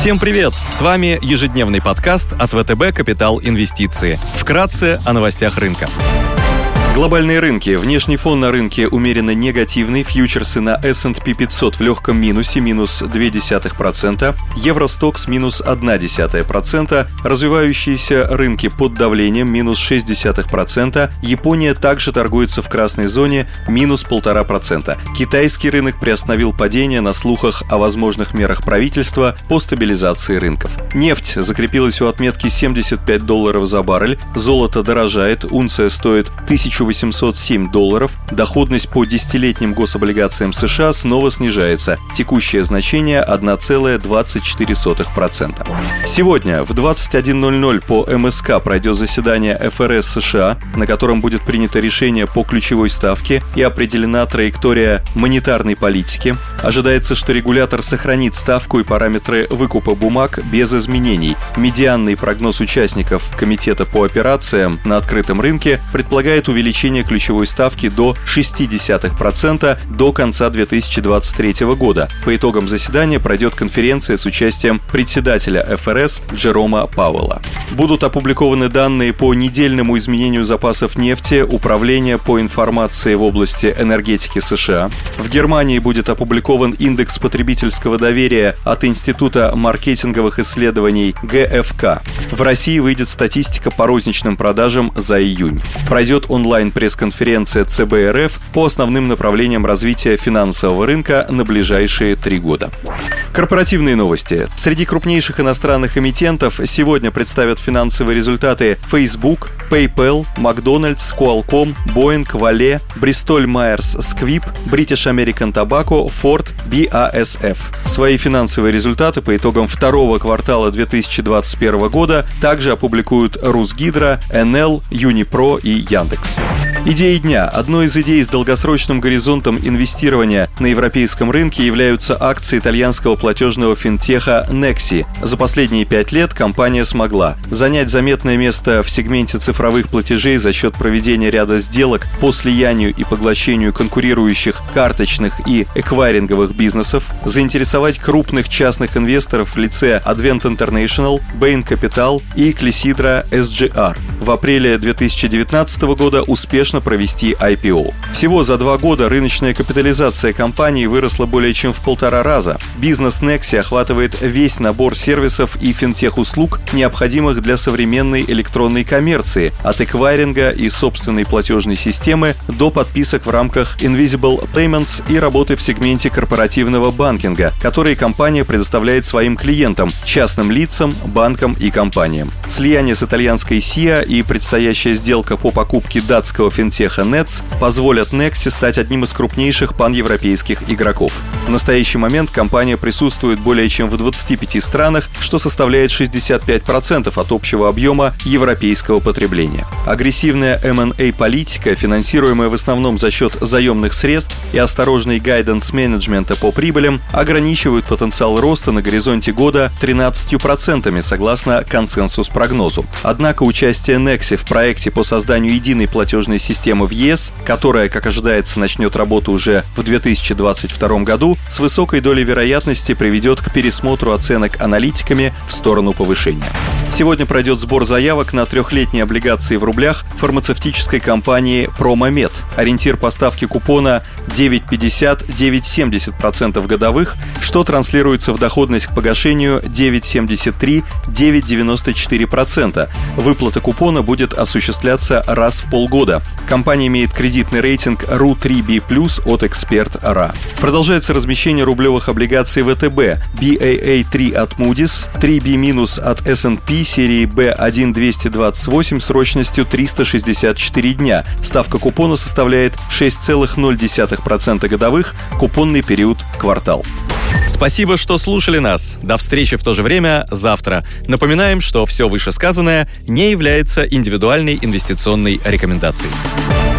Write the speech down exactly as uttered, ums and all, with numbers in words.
Всем привет! С вами ежедневный подкаст от вэ тэ бэ «Капитал Инвестиции». Вкратце о новостях рынка. Глобальные рынки. Внешний фон на рынке умеренно негативный. Фьючерсы на эс энд пи пятьсот в легком минусе, минус ноль целых две десятых процента. Евростокс минус ноль целых одна десятая процента. Развивающиеся рынки под давлением, минус шесть десятых процента. Япония также торгуется в красной зоне, минус полтора процента. Китайский рынок приостановил падение на слухах о возможных мерах правительства по стабилизации рынков. Нефть закрепилась у отметки семьдесят пять долларов за баррель. Золото дорожает, унция стоит тысячу восемьсот семь долларов. Доходность по десятилетним гособлигациям США снова снижается. Текущее значение одна целая двадцать четыре сотых процента. Сегодня в двадцать один ноль ноль по эм эс ка пройдет заседание эф эр эс США, на котором будет принято решение по ключевой ставке и определена траектория монетарной политики. Ожидается, что регулятор сохранит ставку и параметры выкупа бумаг без изменений. Медианный прогноз участников Комитета по операциям на открытом рынке предполагает увеличение ключевой ставки до шесть десятых процента до конца две тысячи двадцать третьего года. По итогам заседания пройдет конференция с участием председателя эф эр эс Джерома Пауэлла. Будут опубликованы данные по недельному изменению запасов нефти Управления по информации в области энергетики США. В Германии будет опубликован индекс потребительского доверия от Института маркетинговых исследований гэ эф ка. В России выйдет статистика по розничным продажам за июнь. Пройдет онлайн-пресс-конференция цэ бэ эр эф по основным направлениям развития финансового рынка на ближайшие три года. Корпоративные новости. Среди крупнейших иностранных эмитентов сегодня представят финансовые результаты Facebook, PayPal, McDonald's, Qualcomm, Boeing, Vale, Bristol Myers Squibb, British American Tobacco, Ford, би эй эс эф. Свои финансовые результаты по итогам второго квартала две тысячи двадцать первого года также опубликуют Русгидро, эн эл, Юнипро и Яндекс. Идеи дня. Одной из идей с долгосрочным горизонтом инвестирования на европейском рынке являются акции итальянского платежного финтеха Nexi. За последние пять лет компания смогла занять заметное место в сегменте цифровых платежей за счет проведения ряда сделок по слиянию и поглощению конкурирующих карточных и эквайринговых бизнесов, заинтересовать крупных частных инвесторов в лице Advent International, Bain Capital и Clessidra эс джи ар. В апреле две тысячи девятнадцатого года успешно провести ай пи о. Всего за два года рыночная капитализация компании выросла более чем в полтора раза. Бизнес Nexi охватывает весь набор сервисов и финтех-услуг, необходимых для современной электронной коммерции, от эквайринга и собственной платежной системы до подписок в рамках Invisible Payments и работы в сегменте корпоративного банкинга, которые компания предоставляет своим клиентам, частным лицам, банкам и компаниям. Слияние с итальянской сиа и предстоящая сделка по покупке датского финтеха Nets позволят Nexi стать одним из крупнейших паневропейских игроков. В настоящий момент компания присутствует более чем в двадцати пяти странах, что составляет шестьдесят пять процентов от общего объема европейского потребления. Агрессивная эм энд эй-политика, финансируемая в основном за счет заемных средств, и осторожный гайденс менеджмента по прибылям ограничивают потенциал роста на горизонте года тринадцатью процентами, согласно консенсус-прогнозу. Однако участие Nexi в проекте по созданию единой платежной системы в е эс, которая, как ожидается, начнет работу уже в две тысячи двадцать втором году, с высокой долей вероятности приведет к пересмотру оценок аналитиками в сторону повышения. Сегодня пройдет сбор заявок на трехлетние облигации в рублях фармацевтической компании Промомед. Ориентир по ставке купона девять целых пятьдесят - девять целых семьдесят процентов годовых, что транслируется в доходность к погашению девять целых семьдесят три - девять целых девяносто четыре процента. Выплата купона будет осуществляться раз в полгода. Компания имеет кредитный рейтинг ру три би плюс от Эксперт ра. Продолжается размещение рублевых облигаций вэ тэ бэ. би эй эй три от Moody's, три би минус от эс энд пи серии бэ один двести двадцать восемь срочностью триста шестьдесят четыре дня. Ставка купона составляет шесть целых ноль десятых процента годовых, купонный период – квартал. Спасибо, что слушали нас. До встречи в то же время завтра. Напоминаем, что все вышесказанное не является индивидуальной инвестиционной рекомендацией.